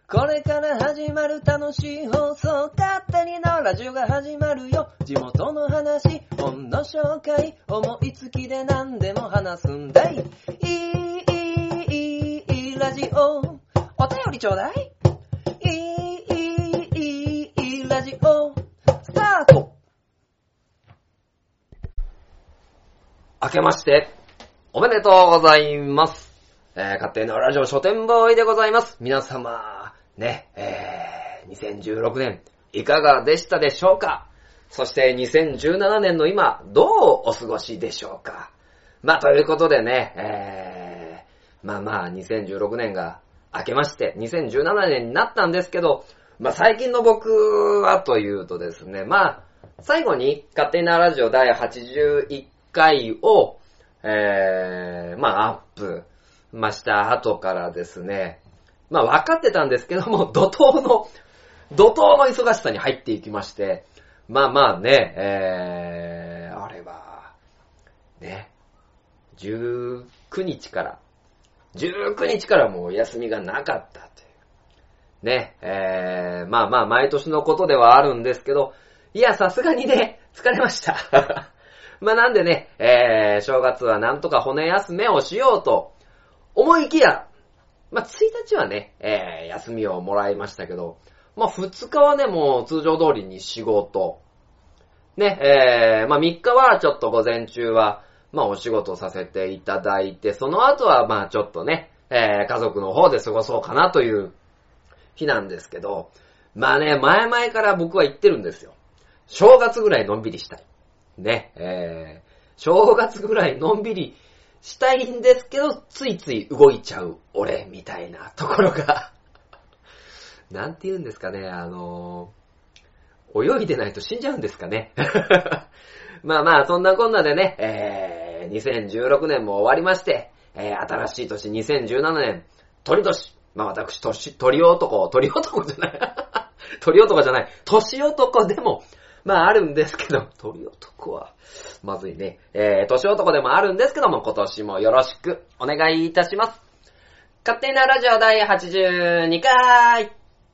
これから始まる楽しい放送、勝手にのラジオが始まるよ。地元の話、本の紹介、思いつきで何でも話すんだい。いいラジオ、お便りちょうだい。いいラジオ、スタート。明けましておめでとうございます。勝手のラジオ書店ボーイでございます。皆様ね、2016年いかがでしたでしょうか。そして2017年の今どうお過ごしでしょうか。ということでね、2016年が明けまして2017年になったんですけど、最近の僕はというとですね、最後に勝手なラジオ第81回を、アップした後からですね、分かってたんですけども、怒涛の忙しさに入っていきまして、あれは、ね、19日からもう休みがなかったという。ね、毎年のことではあるんですけど、いや、さすがにね、疲れました。なんでね、正月はなんとか骨休めをしようと思いきや、1日はね、休みをもらいましたけど、2日はね、もう通常通りに仕事。ね、3日はちょっと午前中は、お仕事させていただいて、その後はちょっとね、家族の方で過ごそうかなという日なんですけど、前々から僕は言ってるんですよ。正月ぐらいのんびりしたい。ね、正月ぐらいのんびりしたいんですけど、ついつい動いちゃう俺みたいなところがなんて言うんですかね、泳いでないと死んじゃうんですかねそんなこんなでね、2016年も終わりまして、新しい年2017年鳥年、私鳥男じゃない年男でもあるんですけど、鳥男はまずいね。年男でもあるんですけども、今年もよろしくお願いいたします。勝手なラジオ第82回。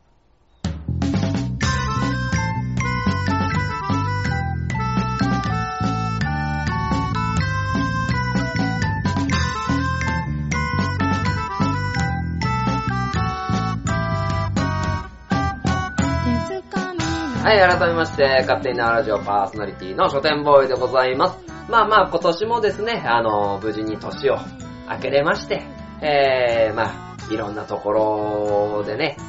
はい、改めまして、勝手なラジオパーソナリティの書店ボーイでございます。今年もですね、無事に年を明けれまして、いろんなところでね、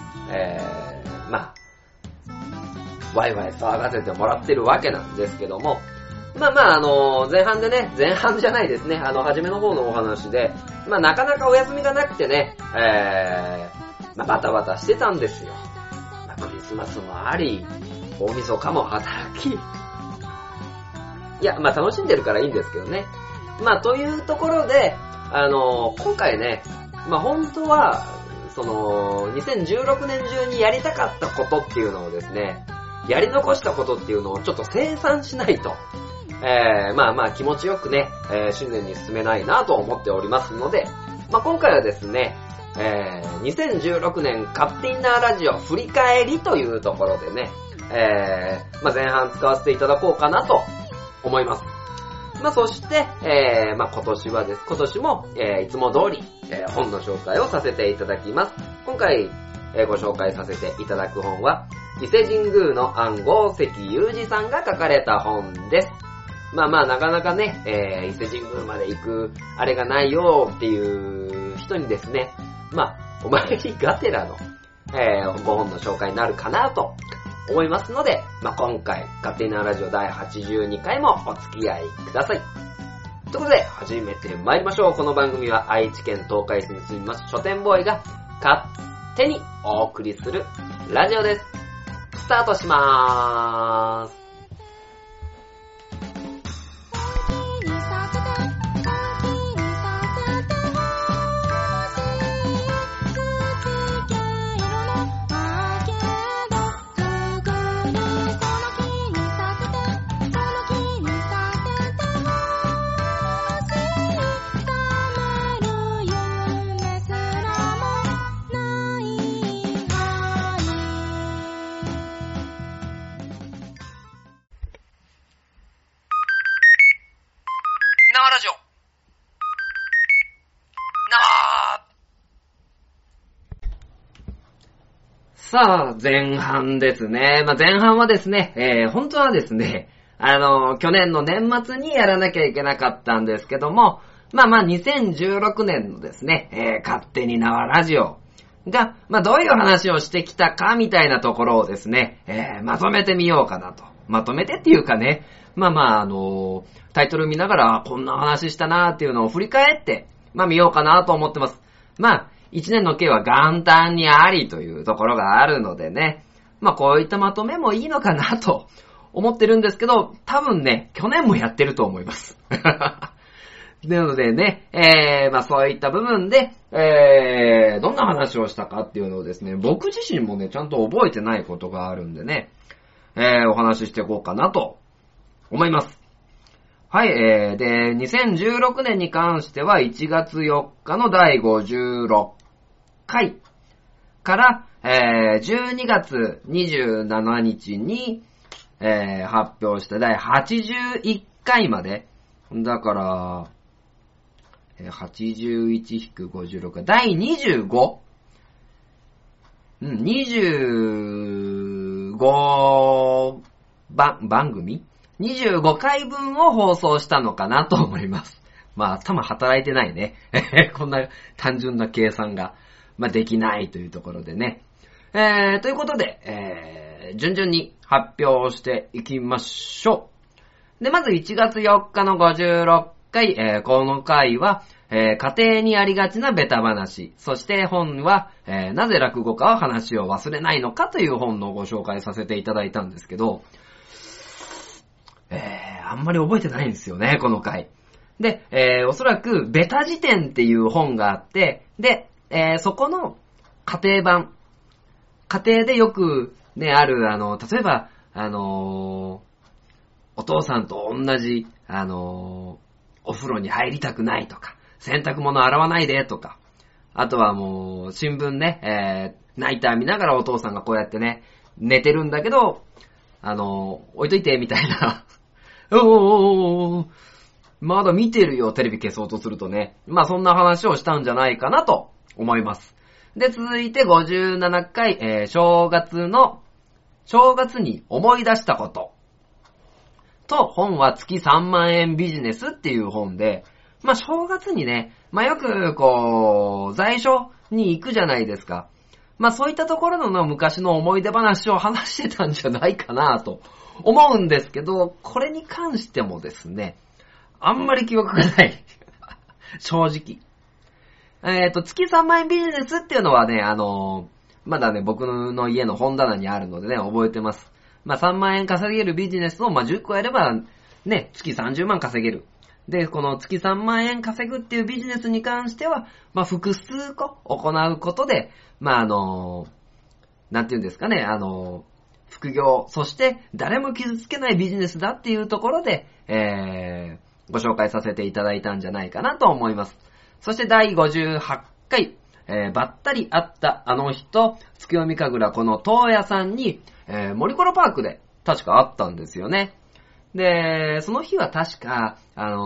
ワイワイ騒がせてもらってるわけなんですけども、前半でね、前半じゃないですね、初めの方のお話で、なかなかお休みがなくてね、バタバタしてたんですよ。クリスマスもあり、大晦日も働き。いや、楽しんでるからいいんですけどね。というところで、今回ね、本当は、2016年中にやりたかったことっていうのをですね、やり残したことっていうのをちょっと清算しないと、気持ちよくね、新年に進めないなと思っておりますので、今回はですね、2016年勝手なラジオ振り返りというところでね、前半使わせていただこうかなと思います。そして、今年も、いつも通り、本の紹介をさせていただきます。今回、ご紹介させていただく本は、伊勢神宮の暗号関裕二さんが書かれた本です。なかなかね、伊勢神宮まで行く、あれがないよっていう人にですね、お参りがてらの、ご本の紹介になるかなと思いますので、今回、勝手なラジオ第82回もお付き合いください。ということで、始めてまいりましょう。この番組は愛知県東海市に住みます書店ボーイが勝手にお送りするラジオです。スタートしまーす。 さあ、前半ですね。前半はですね、本当はですね、去年の年末にやらなきゃいけなかったんですけども、2016年のですね、勝手に縄ラジオが、どういう話をしてきたかみたいなところをですね、まとめてみようかなと。まとめてっていうかね、タイトル見ながらこんな話したなーっていうのを振り返って、見ようかなと思ってます。一年の計は元旦にありというところがあるのでね、こういったまとめもいいのかなと思ってるんですけど、多分ね、去年もやってると思います。なのでね、そういった部分で、どんな話をしたかっていうのをですね、僕自身もね、ちゃんと覚えてないことがあるんでね、お話ししていこうかなと思います。はい、で、2016年に関しては1月4日の第56回から、12月27日に、発表した第81回まで、だから、81-56、第25、25番組 ?25 回分を放送したのかなと思います。頭働いてないね。こんな単純な計算が、できないというところでね。ということで、順々に発表していきましょう。で、まず1月4日の56回、この回は、家庭にありがちなベタ話。そして本は、なぜ落語家は話を忘れないのかという本のご紹介させていただいたんですけど、あんまり覚えてないんですよね、この回。で、おそらくベタ辞典っていう本があって、で、そこの家庭版。家庭でよくね、ある、例えば、お父さんと同じ、お風呂に入りたくないとか、洗濯物洗わないでとか、あとはもう、新聞ね、ナイター見ながらお父さんがこうやってね、寝てるんだけど、置いといて、みたいな。まだ見てるよ、テレビ消そうとするとね。そんな話をしたんじゃないかなと思います。で、続いて57回、正月に思い出したこと。と、本は月3万円ビジネスっていう本で、正月にね、よく、在所に行くじゃないですか。そういったところの昔の思い出話を話してたんじゃないかなと思うんですけど、これに関してもですね、あんまり記憶がない。正直。月3万円ビジネスっていうのはね、まだね、僕の家の本棚にあるのでね、覚えてます。3万円稼げるビジネスを10個やれば、ね、月30万稼げる。で、この月3万円稼ぐっていうビジネスに関しては、複数個行うことで、なんていうんですかね、副業、そして誰も傷つけないビジネスだっていうところで、ご紹介させていただいたんじゃないかなと思います。そして第58回、ばったり会ったあの人、月読み神楽この東屋さんに、森コロパークで確か会ったんですよね。で、その日は確か、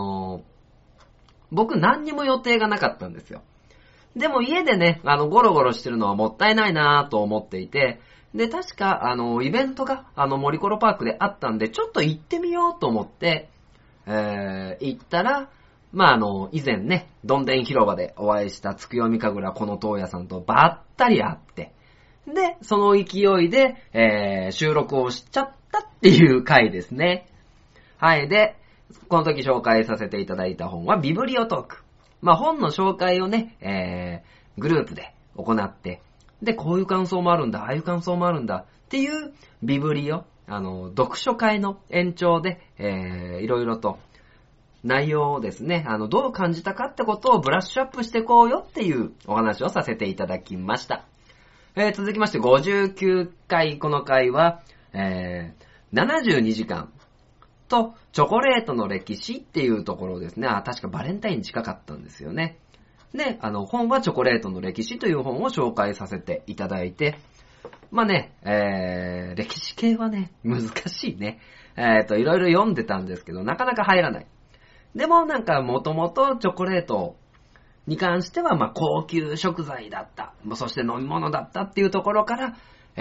僕何にも予定がなかったんですよ。でも家でね、ゴロゴロしてるのはもったいないなぁと思っていて、で、確か、イベントが、森コロパークであったんで、ちょっと行ってみようと思って、行ったら、以前ね、どんでん広場でお会いした月読み神楽この東屋さんとばったり会って、で、その勢いで、収録をしちゃったっていう回ですね。はい。で、この時紹介させていただいた本はビブリオトーク。本の紹介をね、グループで行って、で、こういう感想もあるんだ、ああいう感想もあるんだっていうビブリオ、読書会の延長で、いろいろと内容をですね、どう感じたかってことをブラッシュアップしていこうよっていうお話をさせていただきました。続きまして59回、この回は、72時間とチョコレートの歴史っていうところですね。確かバレンタインに近かったんですよね。で、本はチョコレートの歴史という本を紹介させていただいて、歴史系はね、難しいね。いろいろ読んでたんですけど、なかなか入らない。でももともとチョコレートに関しては高級食材だった。 そして飲み物だったっていうところから、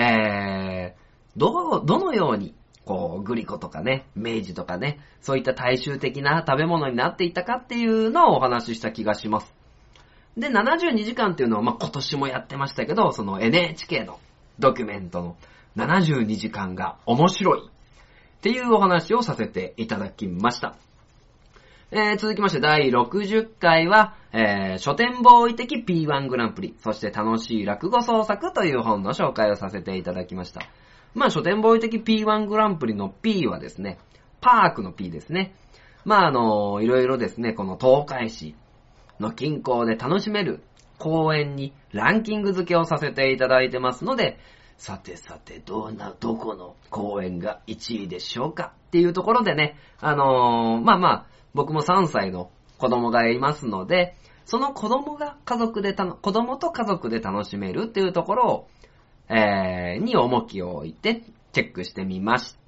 どのように、グリコとかね、明治とかね、そういった大衆的な食べ物になっていったかっていうのをお話しした気がします。で、72時間っていうのは、今年もやってましたけど、その NHK のドキュメントの72時間が面白いっていうお話をさせていただきました。続きまして第60回は、書店ボーイ的 P1 グランプリ、そして楽しい落語創作という本の紹介をさせていただきました。書店ボーイ的 P1 グランプリの P はですね、パークの P ですね。いろいろですね、この東海市の近郊で楽しめる公園にランキング付けをさせていただいてますので、さてどこの公園が1位でしょうかっていうところでね、僕も3歳の子供がいますので、その子供と家族で楽しめるっていうところを、に重きを置いてチェックしてみました。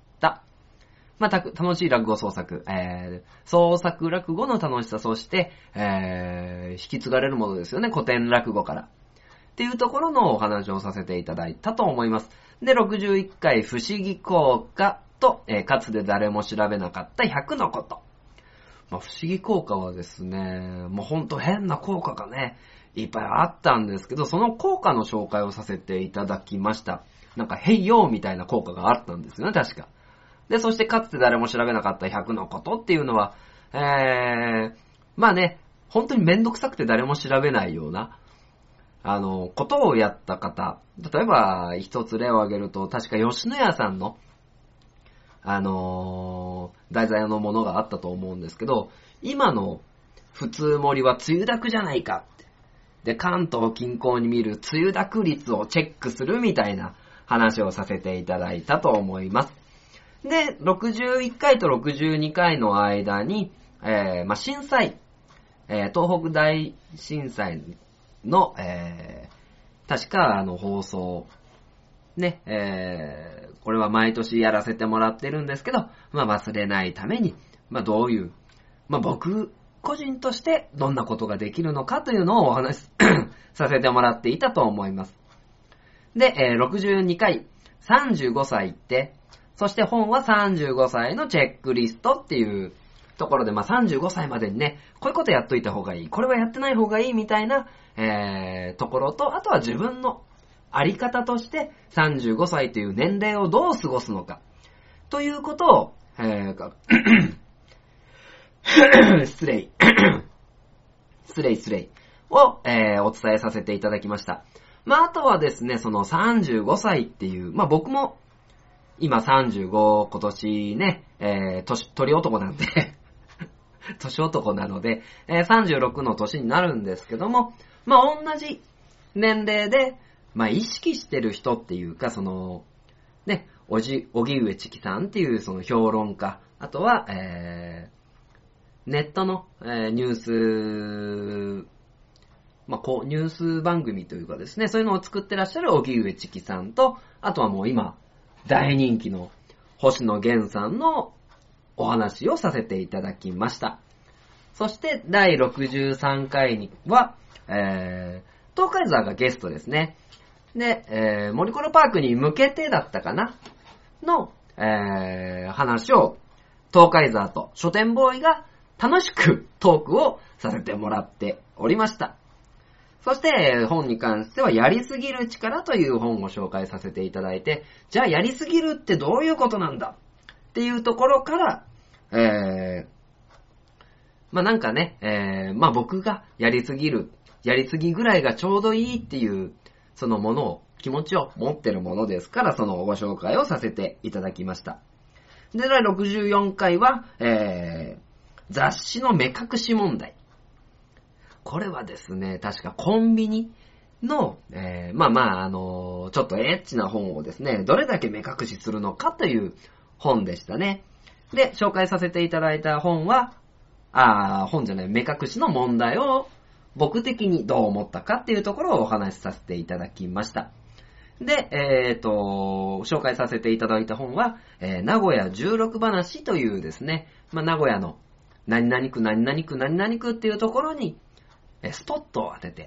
楽しい落語創作、創作落語の楽しさ、そして、引き継がれるものですよね、古典落語から。っていうところのお話をさせていただいたと思います。で、61回不思議効果と、かつて誰も調べなかった100のこと。不思議効果はですね、もうほんと変な効果がね、いっぱいあったんですけど、その効果の紹介をさせていただきました。ヘイヨーみたいな効果があったんですよね、確か。で、そしてかつて誰も調べなかった100のことっていうのは、本当にめんどくさくて誰も調べないような、ことをやった方、例えば一つ例を挙げると、確か吉野家さんの、題材のものがあったと思うんですけど、今の普通盛りは梅雨だくじゃないかって。で、関東近郊に見る梅雨だく率をチェックするみたいな話をさせていただいたと思います。で、61回と62回の間に、震災、東北大震災の、確か放送、ね、これは毎年やらせてもらってるんですけど、忘れないために、どういう、僕個人としてどんなことができるのかというのをお話しさせてもらっていたと思います。で、62回、35歳って、そして本は35歳のチェックリストっていうところで、35歳までにね、こういうことやっといた方がいい、これはやってない方がいいみたいな、ところと、あとは自分のあり方として35歳という年齢をどう過ごすのかということを、失礼を、お伝えさせていただきました。あとはですね、その35歳っていう、僕も今35、今年ね、鳥男なんで年男なので、36の年になるんですけども、同じ年齢で、意識してる人っていうか、その、ね、荻上チキさんっていうその評論家、あとは、ネットの、ニュース、ニュース番組というかですね、そういうのを作ってらっしゃる荻上チキさんと、あとはもう今、大人気の星野源さんのお話をさせていただきました。そして第63回には、東海沢がゲストですね。で、森コロパークに向けてだったかなの、話を東海沢と書店ボーイが楽しくトークをさせてもらっておりました。そして本に関してはやりすぎる力という本を紹介させていただいて、じゃあやりすぎるってどういうことなんだっていうところから、僕がやりすぎぐらいがちょうどいいっていうそのものを、気持ちを持ってるものですから、そのご紹介をさせていただきました。で、第64回は、雑誌の目隠し問題。これはですね、確かコンビニの、ちょっとエッチな本をですね、どれだけ目隠しするのかという本でしたね。で、紹介させていただいた本は、目隠しの問題を僕的にどう思ったかっていうところをお話しさせていただきました。で、紹介させていただいた本は、名古屋16話というですね、名古屋の何々区っていうところに、スポットを当てて、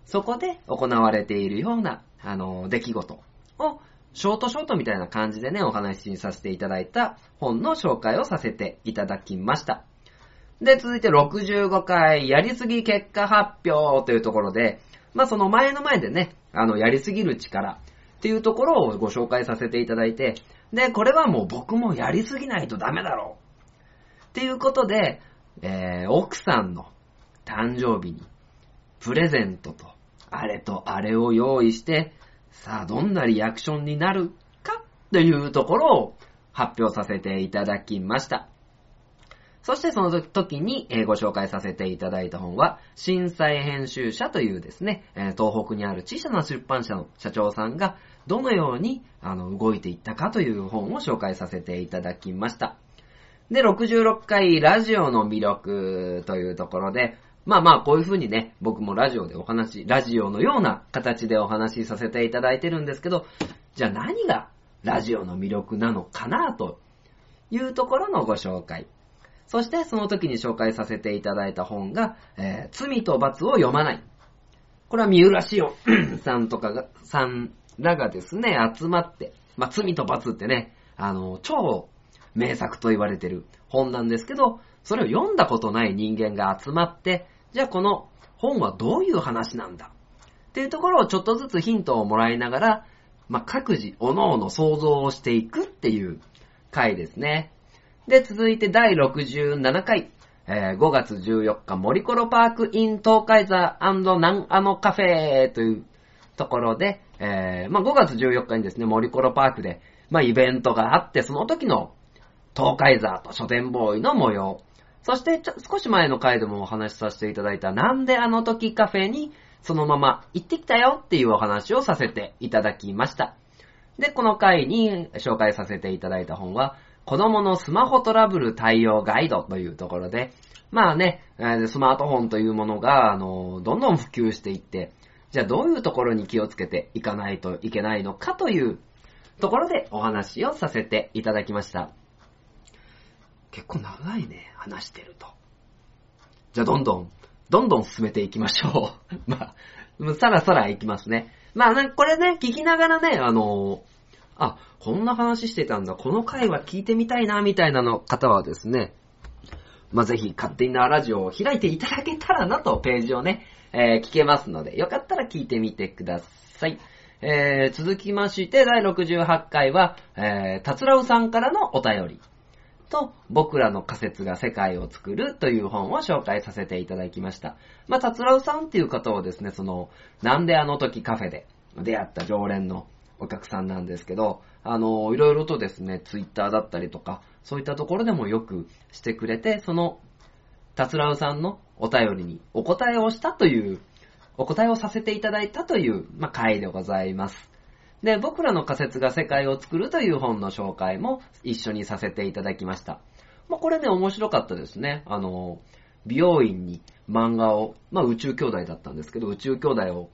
そこで行われているような、出来事を、ショートみたいな感じでね、お話しさせていただいた本の紹介をさせていただきました。で、続いて65回、やりすぎ結果発表というところで、その前の前でね、やりすぎる力っていうところをご紹介させていただいて、で、これはもう僕もやりすぎないとダメだろうっていうことで、奥さんの誕生日にプレゼントとあれを用意して、さあどんなリアクションになるかというところを発表させていただきました。そしてその時にご紹介させていただいた本は、震災編集者というですね、東北にある小さな出版社の社長さんがどのように動いていったかという本を紹介させていただきました。で、66回ラジオの魅力というところで、こういう風にね、僕もラジオのような形でお話しさせていただいてるんですけど、じゃあ何がラジオの魅力なのかなというところのご紹介。そしてその時に紹介させていただいた本が、罪と罰を読まない。これは三浦紫音さんらがですね、集まって、罪と罰ってね、超名作と言われてる本なんですけど、それを読んだことない人間が集まって、じゃあこの本はどういう話なんだっていうところをちょっとずつヒントをもらいながら、各自各々想像をしていくっていう回ですね。で、続いて第67回、5月14日、森コロパークイン東海座&南アノカフェというところで、5月14日にですね、森コロパークで、イベントがあって、その時の東海座と書店ボーイの模様、そして少し前の回でもお話しさせていただいたなんであの時カフェにそのまま行ってきたよっていうお話をさせていただきました。で、この回に紹介させていただいた本は、子供のスマホトラブル対応ガイドというところで、スマートフォンというものが、どんどん普及していって、じゃあどういうところに気をつけていかないといけないのかというところでお話をさせていただきました。結構長いね、話してると。じゃあどんどん進めていきましょう。さらさらいきますね。これね、聞きながらね、こんな話してたんだ、この回は聞いてみたいな、みたいなの方はですね、ぜひ勝手になラジオを開いていただけたらなと、ページをね、聞けますので、よかったら聞いてみてください。続きまして、第68回は、たつらうさんからのお便りと、僕らの仮説が世界を作るという本を紹介させていただきました。たつらうさんっていう方はですね、なんであの時カフェで出会った常連のお客さんなんですけど、いろいろとですね、ツイッターだったりとか、そういったところでもよくしてくれて、たつらうさんのお便りにお答えをさせていただいたという、回でございます。で、僕らの仮説が世界を作るという本の紹介も一緒にさせていただきました。これね、面白かったですね。美容院に漫画を、宇宙兄弟だったんですけど、宇宙兄弟を、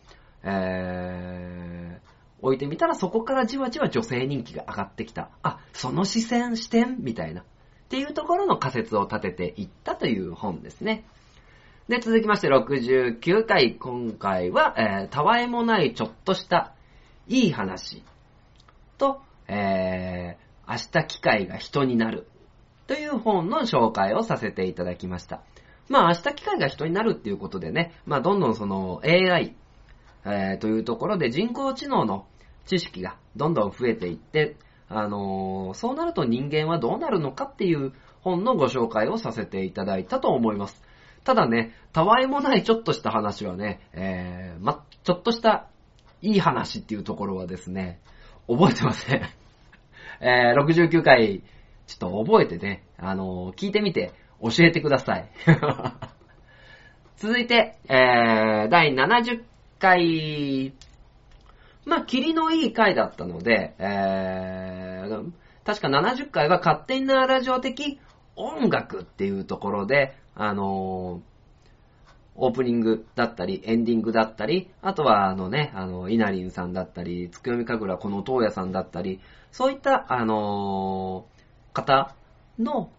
置いてみたらそこからじわじわ女性人気が上がってきた。その視点みたいな。っていうところの仮説を立てていったという本ですね。で、続きまして69回。今回は、たわいもないちょっとしたいい話と、明日機械が人になるという本の紹介をさせていただきました。明日機械が人になるっていうことでね、どんどんAI、というところで人工知能の知識がどんどん増えていって、そうなると人間はどうなるのかっていう本のご紹介をさせていただいたと思います。ただね、たわいもないちょっとした話はね、ちょっとしたいい話っていうところはですね、覚えてません。69回、ちょっと覚えてね、聞いてみて教えてください。続いて、第70回、霧のいい回だったので、確か70回は勝手になラジオ的音楽っていうところで、オープニングだったり、エンディングだったり、あとはイナリンさんだったり、つくよみかぐらこの東野さんだったり、そういった、方の、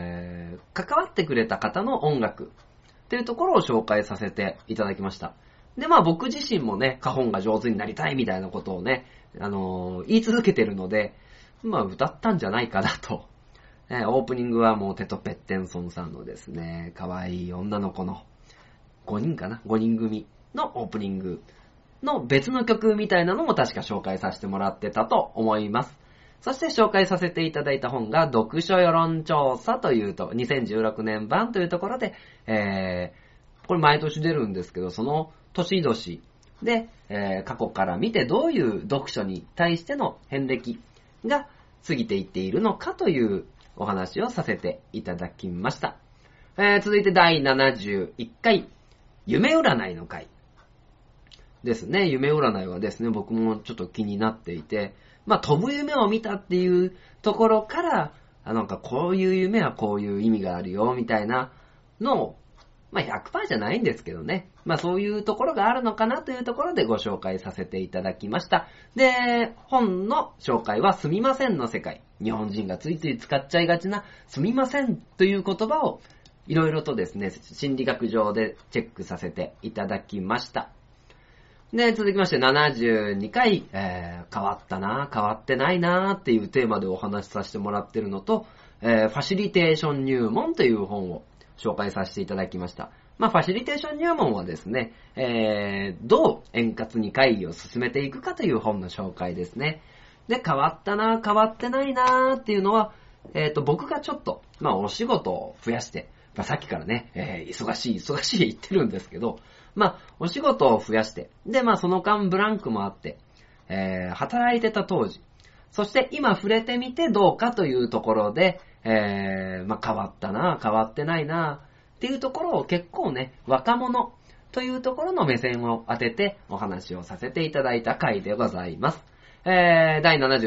関わってくれた方の音楽っていうところを紹介させていただきました。 で、僕自身もね、花本が上手になりたいみたいなことをね、言い続けてるので、歌ったんじゃないかなと。オープニングはもうテト・ペッテンソンさんのですね、可愛い女の子の5人組のオープニングの別の曲みたいなのも確か紹介させてもらってたと思います。そして紹介させていただいた本が読書世論調査というと、2016年版というところで、これ毎年出るんですけど、その年々で、過去から見てどういう読書に対しての遍歴が過ぎていっているのかというお話をさせていただきました。続いて第71回、夢占いの回ですね。夢占いはですね、僕もちょっと気になっていて、飛ぶ夢を見たっていうところから、こういう夢はこういう意味があるよ、みたいなのを、100% じゃないんですけどね。そういうところがあるのかなというところでご紹介させていただきました。で、本の紹介はすみませんの世界。日本人がついつい使っちゃいがちなすみませんという言葉をいろいろとですね、心理学上でチェックさせていただきました。で、続きまして72回、変わったな、変わってないなっていうテーマでお話しさせてもらってるのと、ファシリテーション入門という本を紹介させていただきました。ファシリテーション入門はですね、どう円滑に会議を進めていくかという本の紹介ですね。で、変わったな、変わってないなっていうのは、僕がちょっと、お仕事を増やして、さっきからね、忙しい言ってるんですけど、お仕事を増やして、で、その間ブランクもあって、働いてた当時、そして今触れてみてどうかというところで、変わったな、変わってないな、っていうところを結構ね、若者というところの目線を当ててお話をさせていただいた回でございます。第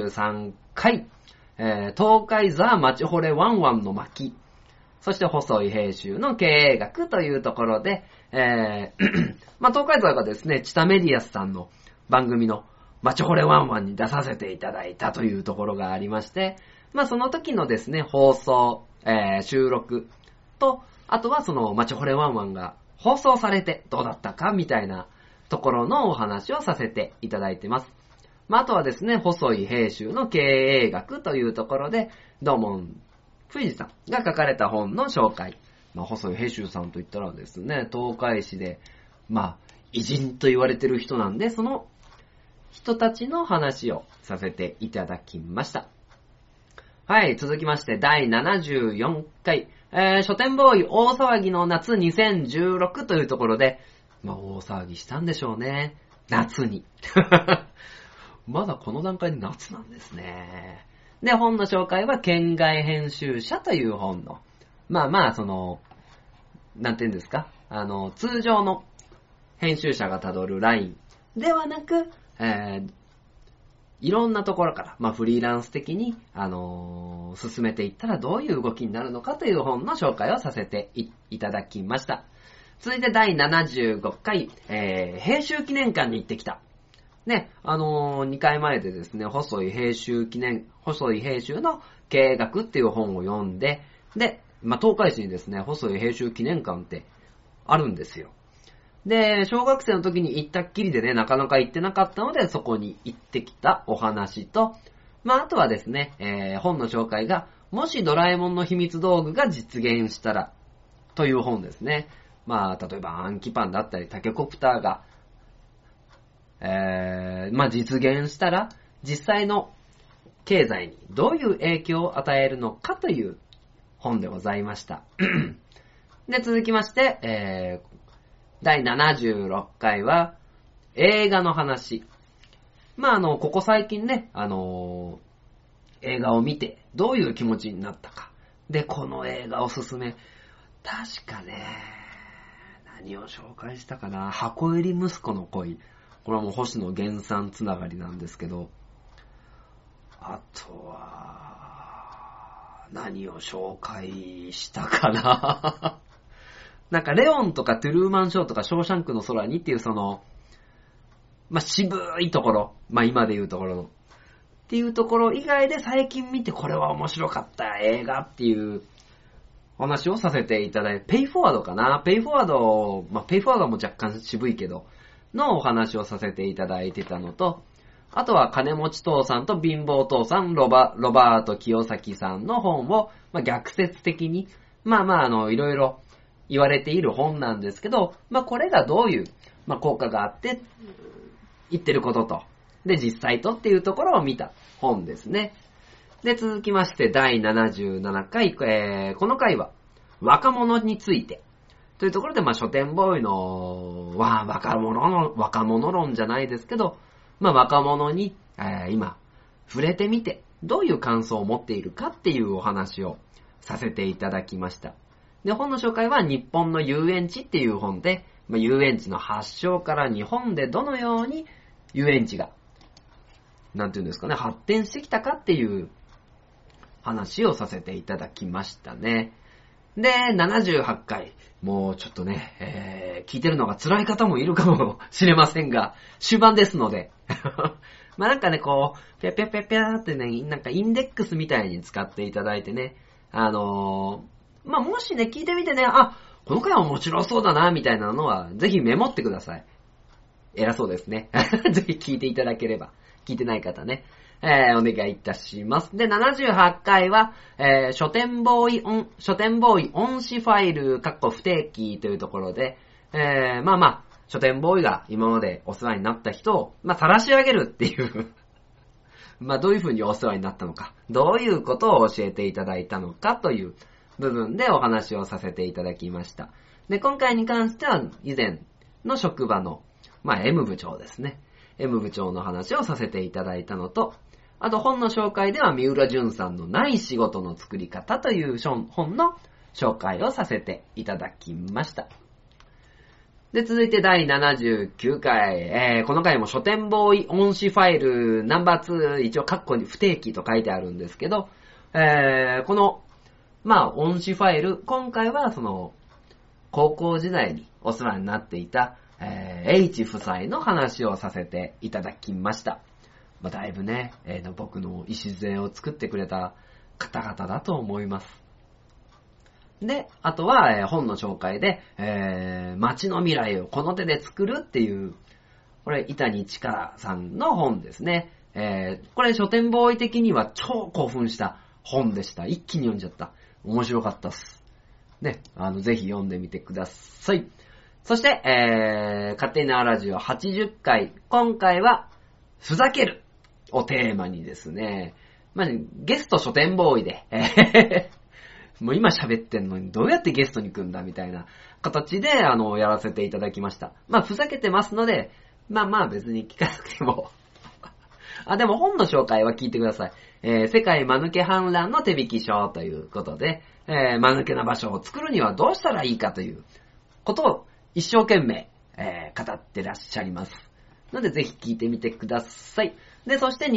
73回、東海ザ・マチホレワンワンの巻、そして細井平州の経営学というところで、東海ザがですね、チタメディアスさんの番組のマチホレワンワンに出させていただいたというところがありまして、その時のですね、放送、収録と、あとはそのマチホレワンワンが放送されてどうだったかみたいなところのお話をさせていただいてます。あとはですね、細井平州の経営学というところで、土門富士さんが書かれた本の紹介。細井平州さんといったらですね、東海市で、偉人と言われてる人なんで、その人たちの話をさせていただきました。はい、続きまして第74回、書店ボーイ大騒ぎの夏2016というところで、大騒ぎしたんでしょうね。夏に。まだこの段階で夏なんですね。で、本の紹介は県外編集者という本の、なんていうんですか、通常の編集者が辿るラインではなく、いろんなところから、フリーランス的に、進めていったらどういう動きになるのかという本の紹介をさせて いただきました。続いて第75回、平州記念館に行ってきた。ね、2回前でですね、細井平州の経営学っていう本を読んで、で、東海市にですね、細井平州記念館ってあるんですよ。で、小学生の時に行ったっきりでね、なかなか行ってなかったので、そこに行ってきたお話と、あとはですね、本の紹介が、もしドラえもんの秘密道具が実現したら、という本ですね。例えば暗記パンだったり、タケコプターが、実現したら、実際の経済にどういう影響を与えるのかという本でございました。で、続きまして、第76回は、映画の話。ここ最近ね、映画を見て、どういう気持ちになったか。で、この映画おすすめ。確かね、何を紹介したかな。箱入り息子の恋。これはもう星野源さんつながりなんですけど、あとは、何を紹介したかな。レオンとかトゥルーマンショーとかショーシャンクの空にっていう渋いところ、今で言うところの、っていうところ以外で最近見てこれは面白かった映画っていうお話をさせていただいて、ペイフォワードかな。ペイフォワードも若干渋いけど、 のお話をさせていただいてたのと、あとは金持ち父さんと貧乏父さん、ロバート清崎さんの本を、逆説的に、いろいろ言われている本なんですけど、これがどういう、効果があって、言ってることと、で、実際とっていうところを見た本ですね。で、続きまして、第77回、この回は、若者について。というところで、書店ボーイの、若者論じゃないですけど、若者に、今、触れてみて、どういう感想を持っているかっていうお話をさせていただきました。で、本の紹介は、日本の遊園地っていう本で、遊園地の発祥から日本でどのように遊園地が、なんていうんですかね、発展してきたかっていう話をさせていただきましたね。で、78回。もうちょっとね、聞いてるのが辛い方もいるかもしれませんが、終盤ですので。なんかね、こう、ぴゃぴゃぴゃぴゃってね、なんかインデックスみたいに使っていただいてね、もしね、聞いてみてね、この回は面白そうだな、みたいなのは、ぜひメモってください。偉そうですね。ぜひ聞いていただければ。聞いてない方ね。お願いいたします。で、78回は、書店ボーイ音詞ファイル、不定期というところで、書店ボーイが今までお世話になった人を、晒し上げるっていうどういう風にお世話になったのか、どういうことを教えていただいたのかという部分でお話をさせていただきました。で、今回に関しては、以前の職場の、M 部長ですね。M 部長の話をさせていただいたのと、あと本の紹介では三浦淳さんのない仕事の作り方という本の紹介をさせていただきました。で、続いて第79回、この回も書店ボーイ音詞ファイルナンバー2、一応括弧に不定期と書いてあるんですけど、この、音詞ファイル、今回はその、高校時代にお世話になっていた、H 夫妻の話をさせていただきました。だいぶね、僕の礎を作ってくれた方々だと思います。で、あとは、本の紹介で、街の未来をこの手で作るっていう、これ、伊谷力さんの本ですね。これ、書店ボーイ的には超興奮した本でした。一気に読んじゃった。面白かったっす。ね、ぜひ読んでみてください。そして、勝手に縄ラジオ80回。今回は、ふざけるをテーマにですね、ゲスト書店ボーイで、もう今喋ってんのにどうやってゲストに来んだみたいな形で、やらせていただきました。ふざけてますので、別に聞かなくても。でも本の紹介は聞いてください。世界間抜け反乱の手引き書ということで、間抜けな場所を作るにはどうしたらいいかということを一生懸命、語ってらっしゃいます。のでぜひ聞いてみてください。で、そして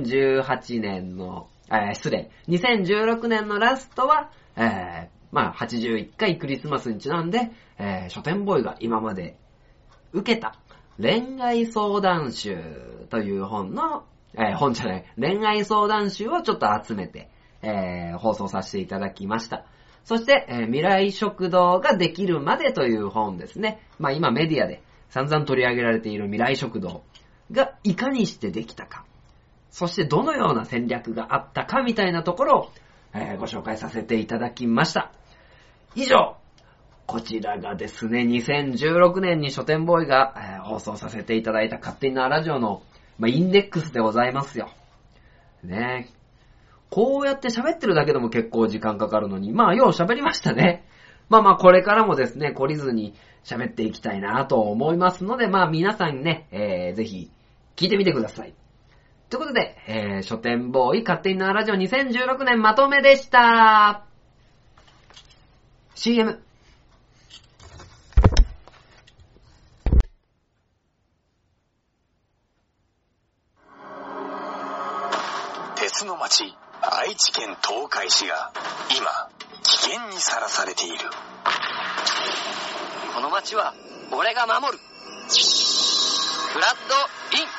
2018年の、2016年のラストは、81回クリスマスにちなんで、書店ボーイが今まで受けた恋愛相談集という恋愛相談集をちょっと集めて、放送させていただきました。そして、未来食堂ができるまでという本ですね。今メディアで散々取り上げられている未来食堂がいかにしてできたか。そしてどのような戦略があったかみたいなところを、ご紹介させていただきました。以上、こちらがですね、2016年に書店ボーイが、放送させていただいた勝手に縄ラジオの、インデックスでございますよ。ね。こうやって喋ってるだけでも結構時間かかるのに、よう喋りましたね。これからもですね、懲りずに喋っていきたいなと思いますので、皆さんにね、ぜひ聞いてみてください。ということで、書店ボーイ勝手に縄ラジオ2016年まとめでした。CM。 鉄の町、愛知県東海市が今、危険にさらされている。 この町は俺が守る。フラッドイン。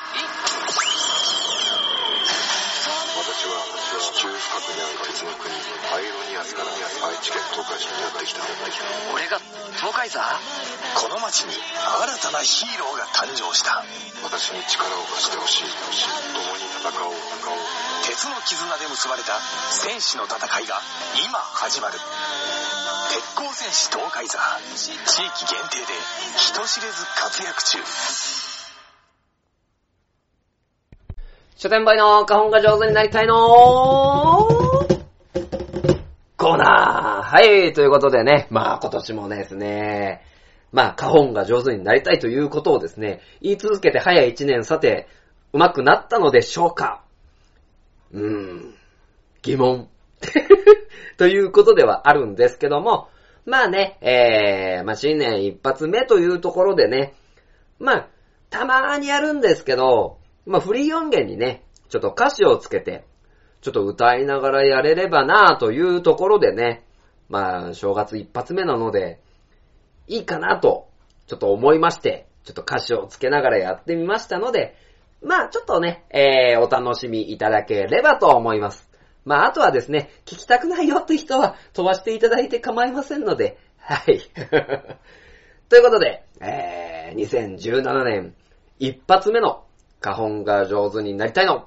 私は地中深くにある鉄の国、アイロニ月から愛知県東海市にやってきた。 俺が東海座？ この町に新たなヒーローが誕生した。 私に力を貸してほしい。共に戦おう。 鉄の絆で結ばれた戦士の戦いが今始まる。鉄鋼戦士東海座、地域限定で人知れず活躍中。 書店ボーイの花本が上手になりたいのコーナー。はい、ということでね、まあ今年もですね、まあ花本が上手になりたいということをですね、言い続けて早1年、さて、上手くなったのでしょうか？疑問。ということではあるんですけども、まあね、まあ新年一発目というところでね、まあ、たまーにやるんですけど、まあフリー音源にね、ちょっと歌詞をつけて、ちょっと歌いながらやれればなぁというところでね、まあ正月一発目なので、いいかなと、ちょっと思いまして、ちょっと歌詞をつけながらやってみましたので、まあちょっとね、お楽しみいただければと思います。まああとはですね、聞きたくないよって人は飛ばしていただいて構いませんので、はい。ということで、2017年一発目の花本が上手になりたいの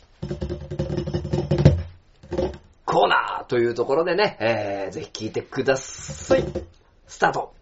コーナーというところでね、ぜひ聞いてください。スタート。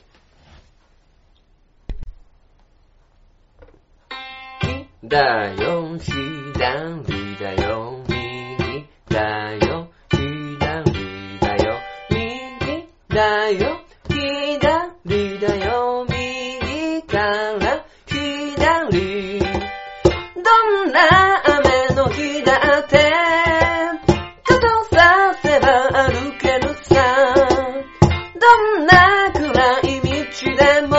だよ、左だよ、右だよ、左だよ、右だよ、左だよ、右から左。どんな雨の日だって傘させば歩けるさ。どんな暗い道でも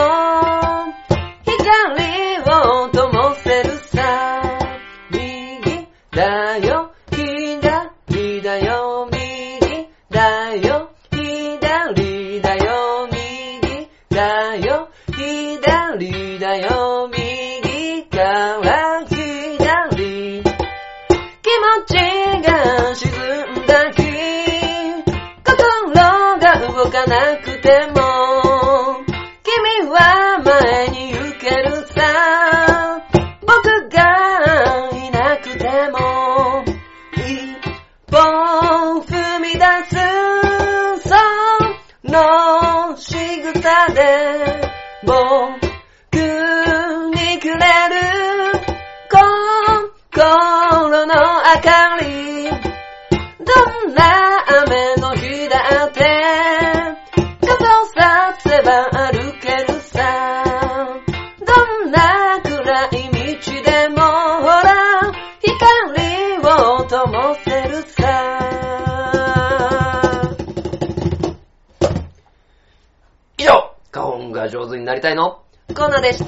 光を灯せるさ。右だよ、左だよ、右だよ、左だよ、右だよ、左だよ、右から左。気持ちが沈んだ日、心が動かなくても君は前に行けるさ。僕がいなくても一歩踏み出すその仕草で僕にくれる心の明かり。どんな雨の日だって傘をさせば歩けるさ。どんな暗い道でもほら光を灯せるさ。以上、花本が上手になりたいのコーナーでした。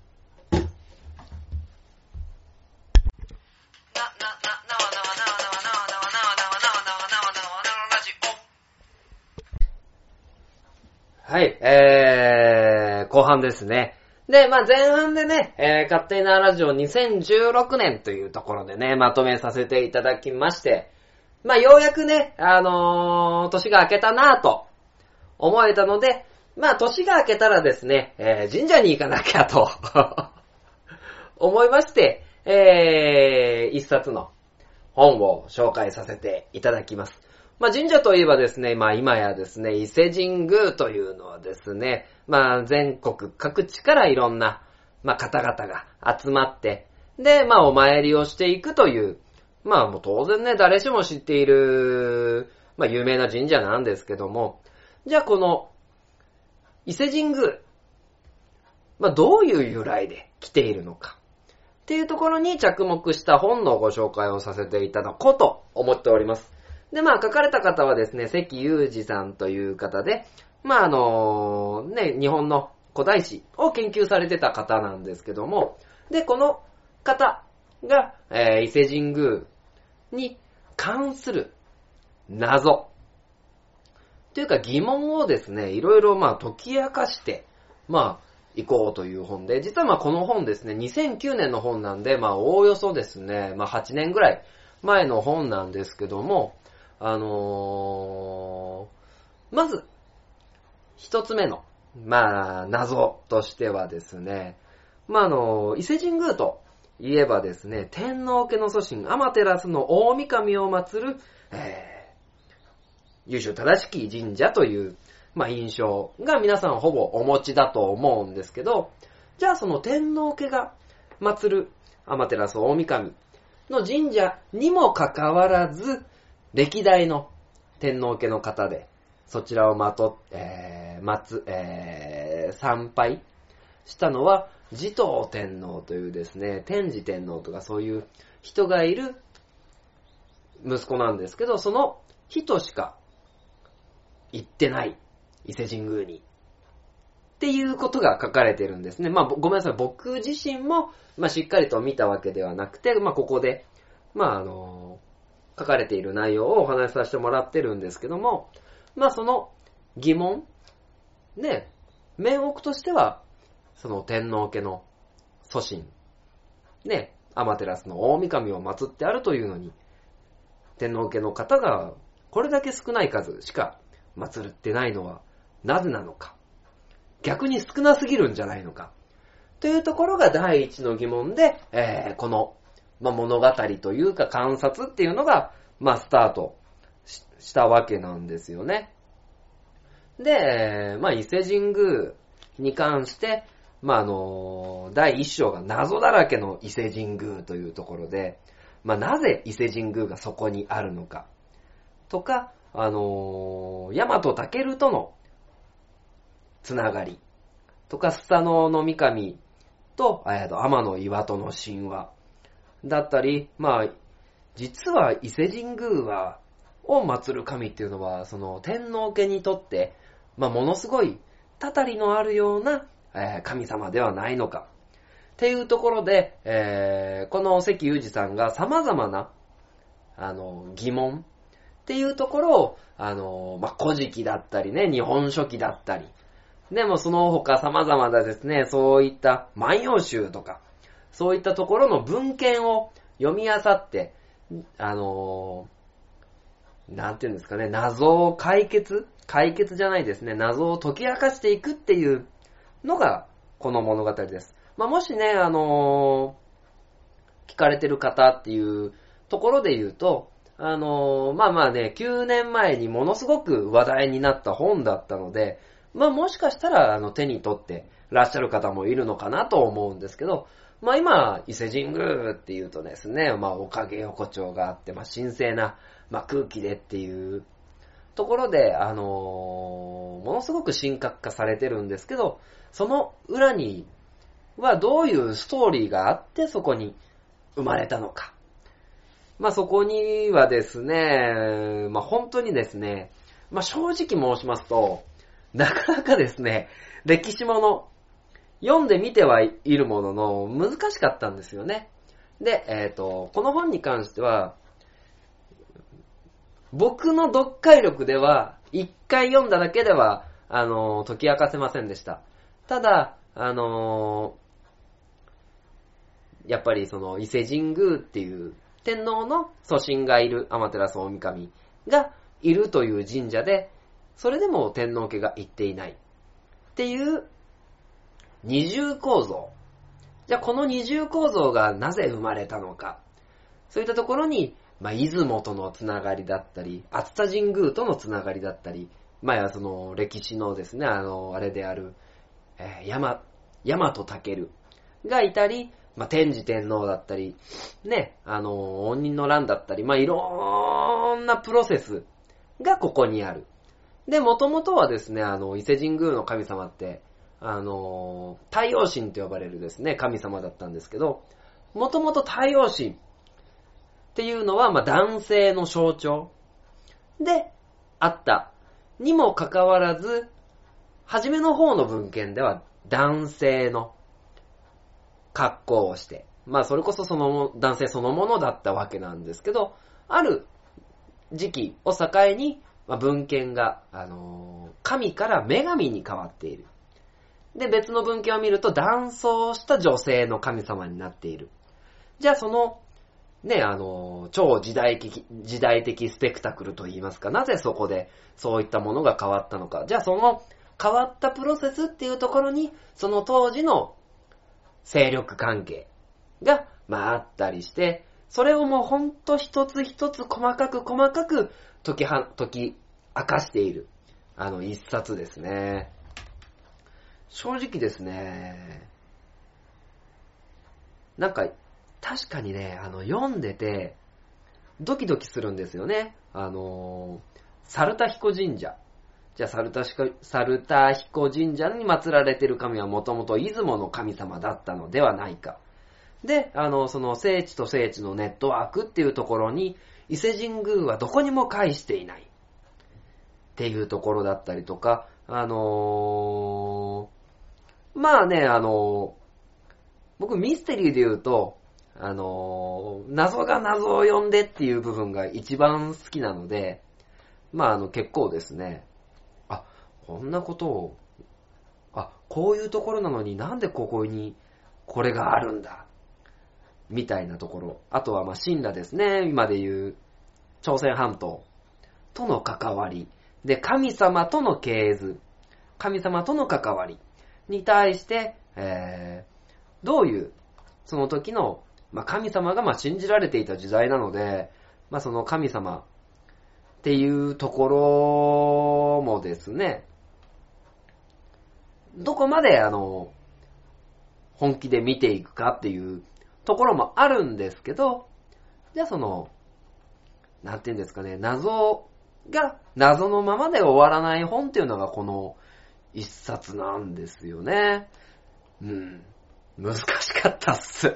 はい、後半ですね。で、まあ前半でね、勝手なラジオ2016年というところでね、まとめさせていただきまして、まあようやくね、年が明けたなぁと思えたので、まあ年が明けたらですね、神社に行かなきゃと思いまして、一冊の本を紹介させていただきます。まあ神社といえばですね、まあ今やですね、伊勢神宮というのはですね、まあ全国各地からいろんな、まあ方々が集まって、で、まあお参りをしていくという、まあもう当然ね、誰しも知っている、まあ有名な神社なんですけども、じゃあこの伊勢神宮、まあどういう由来で来ているのかっていうところに着目した本のご紹介をさせていただこうと思っております。で、まあ書かれた方はですね、関裕二さんという方で、まあね、日本の古代史を研究されてた方なんですけども、で、この方が、伊勢神宮に関する謎というか疑問をですね、いろいろまあ解き明かして、まあ行こうという本で、実はまあこの本ですね、2009年の本なんで、まあおおよそですね、まあ8年ぐらい前の本なんですけども、 まず、一つ目の、謎としてはですね、伊勢神宮といえばですね、天皇家の祖神、天照の大神を祀る、由緒正しき神社という、印象が皆さんほぼお持ちだと思うんですけど、じゃあその天皇家が祀る天照大神の神社にもかかわらず、歴代の天皇家の方で、そちらを参拝したのは、持統天皇というですね、天智天皇とかそういう人がいる息子なんですけど、その人しか行ってない。伊勢神宮に。っていうことが書かれてるんですね。ごめんなさい。僕自身も、しっかりと見たわけではなくて、ここで、書かれている内容をお話しさせてもらってるんですけども、その疑問、ね、面目としては、その天皇家の祖神、ね、天照の大神を祀ってあるというのに、天皇家の方がこれだけ少ない数しか祀ってないのはなぜなのか。逆に少なすぎるんじゃないのか。というところが第一の疑問で、この、物語というか観察っていうのが、スタートしたわけなんですよね。で、伊勢神宮に関して、第一章が謎だらけの伊勢神宮というところで、なぜ伊勢神宮がそこにあるのか。とか、大和武とのつながり。とか、スサノオノミカミと、天の岩戸の神話。だったり、実は伊勢神宮を祀る神っていうのは、その天皇家にとって、ものすごい、たたりのあるような、神様ではないのか。っていうところで、この関裕二さんが様々な、疑問っていうところを、古事記だったりね、日本書紀だったり、でもその他様々なですね、そういった万葉集とか、そういったところの文献を読み漁って、なんていうんですかね、謎を解決じゃないですね、謎を解き明かしていくっていうのが、この物語です。もしね、聞かれてる方っていうところで言うと、9年前にものすごく話題になった本だったので、もしかしたら、手に取ってらっしゃる方もいるのかなと思うんですけど、今、伊勢神宮っていうとですね、おかげ横丁があって、神聖な、空気でっていうところで、ものすごく神格化されてるんですけど、その裏にはどういうストーリーがあってそこに生まれたのか。そこにはですね、本当にですね、正直申しますと、なかなかですね、歴史もの、読んでみてはいるものの、難しかったんですよね。で、この本に関しては、僕の読解力では、一回読んだだけでは、解き明かせませんでした。ただ、やっぱりその伊勢神宮っていう天皇の祖神がいる天照大神がいるという神社で、それでも天皇家が行っていないっていう二重構造。じゃあこの二重構造がなぜ生まれたのか。そういったところに、出雲とのつながりだったり、熱田神宮とのつながりだったり、その歴史のですね、あれである、大和武がいたり、天智天皇だったり、ね、応仁の乱だったり、いろんなプロセスがここにある。で、もともとはですね、伊勢神宮の神様って、太陽神と呼ばれるですね、神様だったんですけど、もともと太陽神っていうのは、男性の象徴であったにもかかわらず、初めの方の文献では男性の格好をして、それこそその男性そのものだったわけなんですけど、ある時期を境に、文献が、神から女神に変わっている。で、別の文献を見ると男装した女性の神様になっている。じゃあそのね、超時代的スペクタクルといいますか、なぜそこでそういったものが変わったのか。じゃあその変わったプロセスっていうところに、その当時の勢力関係が、あったりして、それをもうほんと一つ一つ細かく解き明かしている、一冊ですね。正直ですね、なんか、確かにね、読んでて、ドキドキするんですよね。猿田彦神社。じゃあ、猿田彦神社に祀られている神はもともと出雲の神様だったのではないか。で、その聖地と聖地のネットワークっていうところに、伊勢神宮はどこにも介していない。っていうところだったりとか、僕ミステリーで言うと、謎が謎を呼んでっていう部分が一番好きなので、結構ですね、こんなことを、こういうところなのになんでここにこれがあるんだ、みたいなところ。あとは神羅ですね、今で言う、朝鮮半島との関わり。で、神様との系図。神様との関わりに対して、どういう、その時の、神様が信じられていた時代なので、その神様っていうところもですね、どこまで本気で見ていくかっていうところもあるんですけど、じゃあなんていうんですかね、謎が謎のままで終わらない本っていうのがこの一冊なんですよね。難しかったっす。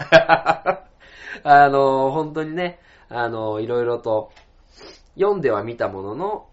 本当にね、いろいろと読んではみたもの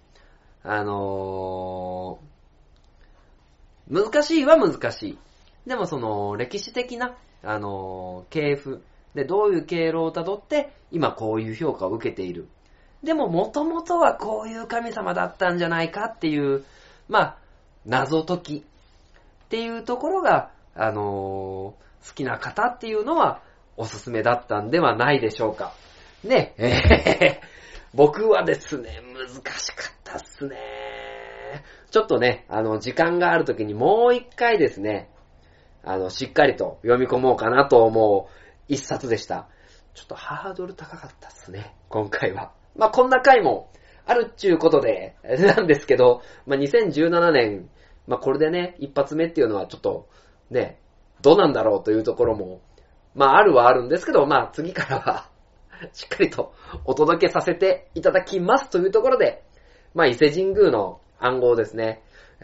の、難しいは難しい。でもその歴史的な、系譜でどういう経路をたどって今こういう評価を受けている。でも元々はこういう神様だったんじゃないかっていう、謎解きっていうところが、好きな方っていうのはおすすめだったんではないでしょうか。ね、僕はですね、難しかったっすね。ちょっとね、時間があるときにもう一回ですね、しっかりと読み込もうかなと思う一冊でした。ちょっとハードル高かったっすね、今回は。こんな回もあるっちゅうことで、なんですけど、2017年、これでね、一発目っていうのはちょっと、ね、どうなんだろうというところも、あるはあるんですけど、次からは、しっかりとお届けさせていただきますというところで、伊勢神宮の暗号ですね。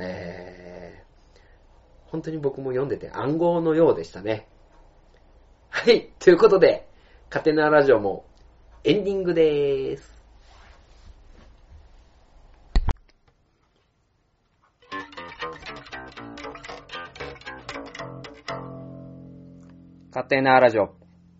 本当に僕も読んでて暗号のようでしたね。はい、ということで、カテナラジオもエンディングでーす。カテナラジオ。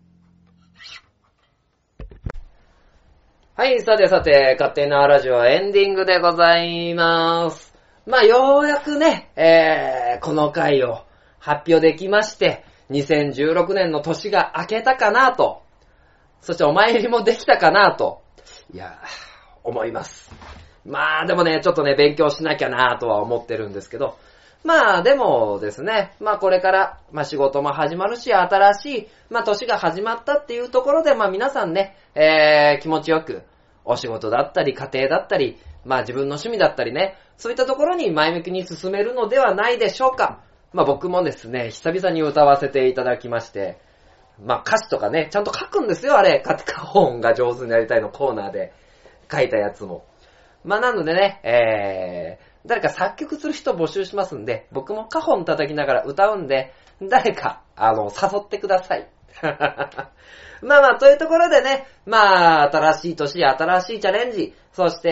はい、さて、カテナラジオエンディングでございます。ようやくね、この回を発表できまして、2016年の年が明けたかなと、そしてお参りもできたかなと、思います。でもね、ちょっとね、勉強しなきゃなとは思ってるんですけど、でもですね、これから、仕事も始まるし、新しい、年が始まったっていうところで、皆さんね、気持ちよく、お仕事だったり、家庭だったり、自分の趣味だったりね、そういったところに前向きに進めるのではないでしょうか。僕もですね、久々に歌わせていただきまして、歌詞とかね、ちゃんと書くんですよ、あれ。カホンが上手になりたいのコーナーで書いたやつも。なのでね、誰か作曲する人募集しますんで、僕もカホン叩きながら歌うんで、誰か、誘ってください。というところでね、新しい年、新しいチャレンジ、そして、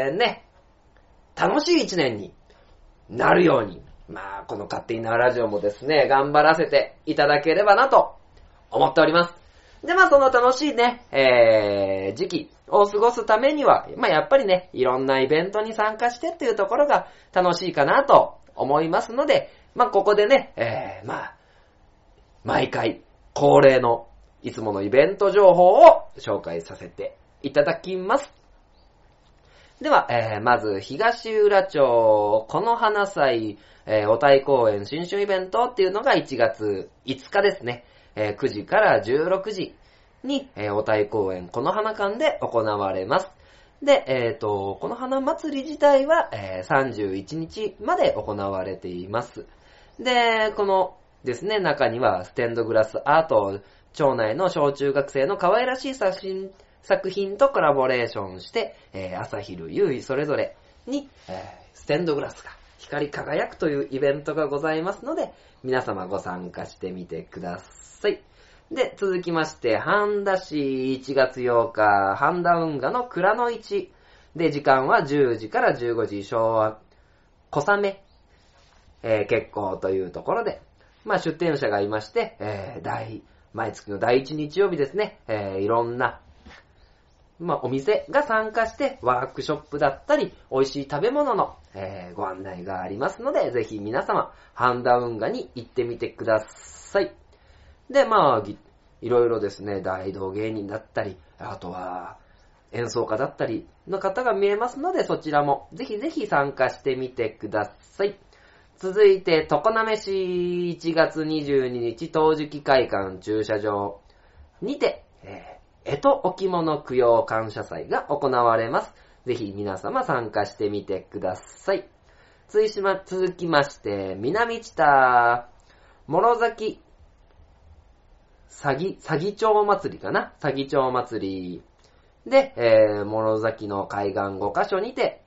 ね、楽しい一年になるように、この勝手になラジオもですね、頑張らせていただければなと思っております。で、その楽しいね、時期を過ごすためには、やっぱりね、いろんなイベントに参加してっていうところが楽しいかなと思いますので、ここでね、毎回恒例のいつものイベント情報を紹介させていただきます。では、まず、東浦町この花祭、おたい公園新春イベントっていうのが1月5日ですね。9時から16時に、おたい公園この花館で行われます。で、この花祭り自体は、31日まで行われています。で、このですね、中にはステンドグラスアート、町内の小中学生の可愛らしい作品とコラボレーションして、朝昼夕それぞれに、ステンドグラスが光り輝くというイベントがございますので、皆様ご参加してみてください。で、続きまして、半田市1月8日、半田運河の蔵の市で、時間は10時から15時、昭和小雨、結構というところで、出店者がいまして、毎月の第1日曜日ですね、いろんなお店が参加してワークショップだったり美味しい食べ物の、ご案内がありますので、ぜひ皆様半田運河に行ってみてください。で、いろいろですね、大道芸人だったり、あとは演奏家だったりの方が見えますので、そちらもぜひぜひ参加してみてください。続いて、常滑市1月22日陶磁器会館駐車場にて、干支置物供養感謝祭が行われます。ぜひ皆様参加してみてください。続きまして、南知多、諸崎、詐欺町祭りかな詐欺町祭りで、諸崎の海岸5カ所にて、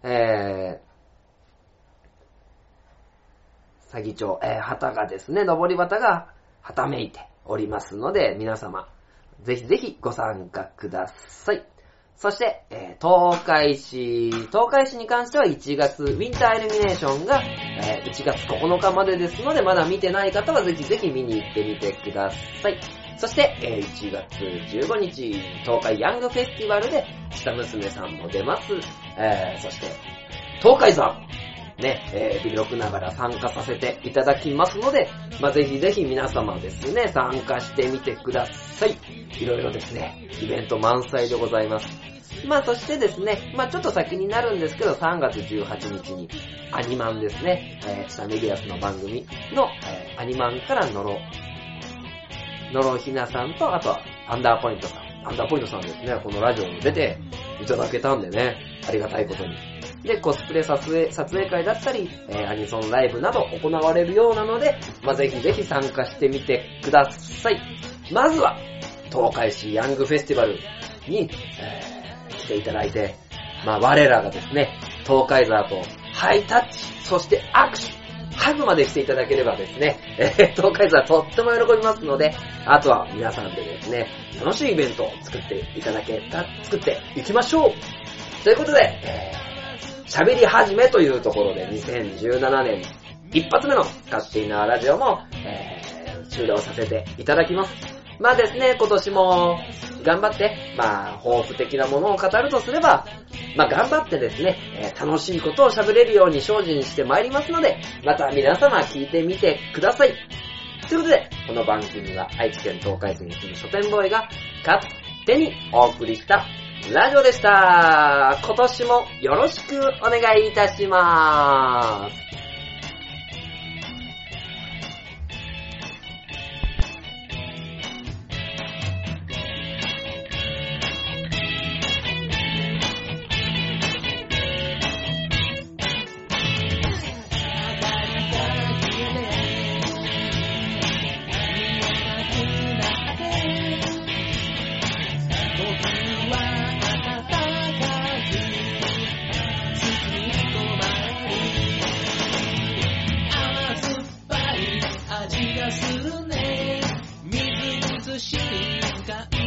詐欺町、旗がですね、上り旗がはためいておりますので、皆様、ぜひぜひご参加ください。そして、東海市に関しては1月、ウィンターイルミネーションが、1月9日までですので、まだ見てない方はぜひぜひ見に行ってみてください。そして、1月15日、東海ヤングフェスティバルで、下娘さんも出ます。そして、東海座、ね、微力ながら参加させていただきますので、ぜひぜひ皆様ですね、参加してみてください。いろいろですね、イベント満載でございます。そしてですね、ちょっと先になるんですけど、3月18日にアニマンですね、下メディアスの番組の、アニマンからのろひなさんと、あとはアンダーポイントさんですね、このラジオに出ていただけたんでね、ありがたいことに。で、コスプレ撮影会だったり、アニソンライブなど行われるようなので、ぜひぜひ参加してみてください。まずは、東海市ヤングフェスティバルに、来ていただいて、我らがですね、東海座とハイタッチ、そして握手、ハグまでしていただければですね、東海座とっても喜びますので、あとは皆さんでですね、楽しいイベントを作っていきましょう。ということで、喋り始めというところで2017年一発目の勝手に縄ラジオも、終了させていただきます。ですね、今年も頑張って、抱負的なものを語るとすれば、頑張ってですね、楽しいことを喋れるように精進してまいりますので、また皆様聞いてみてください。ということで、この番組は愛知県東海市に住む書店ボーイが勝手にお送りしたラジオでした。今年もよろしくお願いいたします。 味がするね、みずみずしいか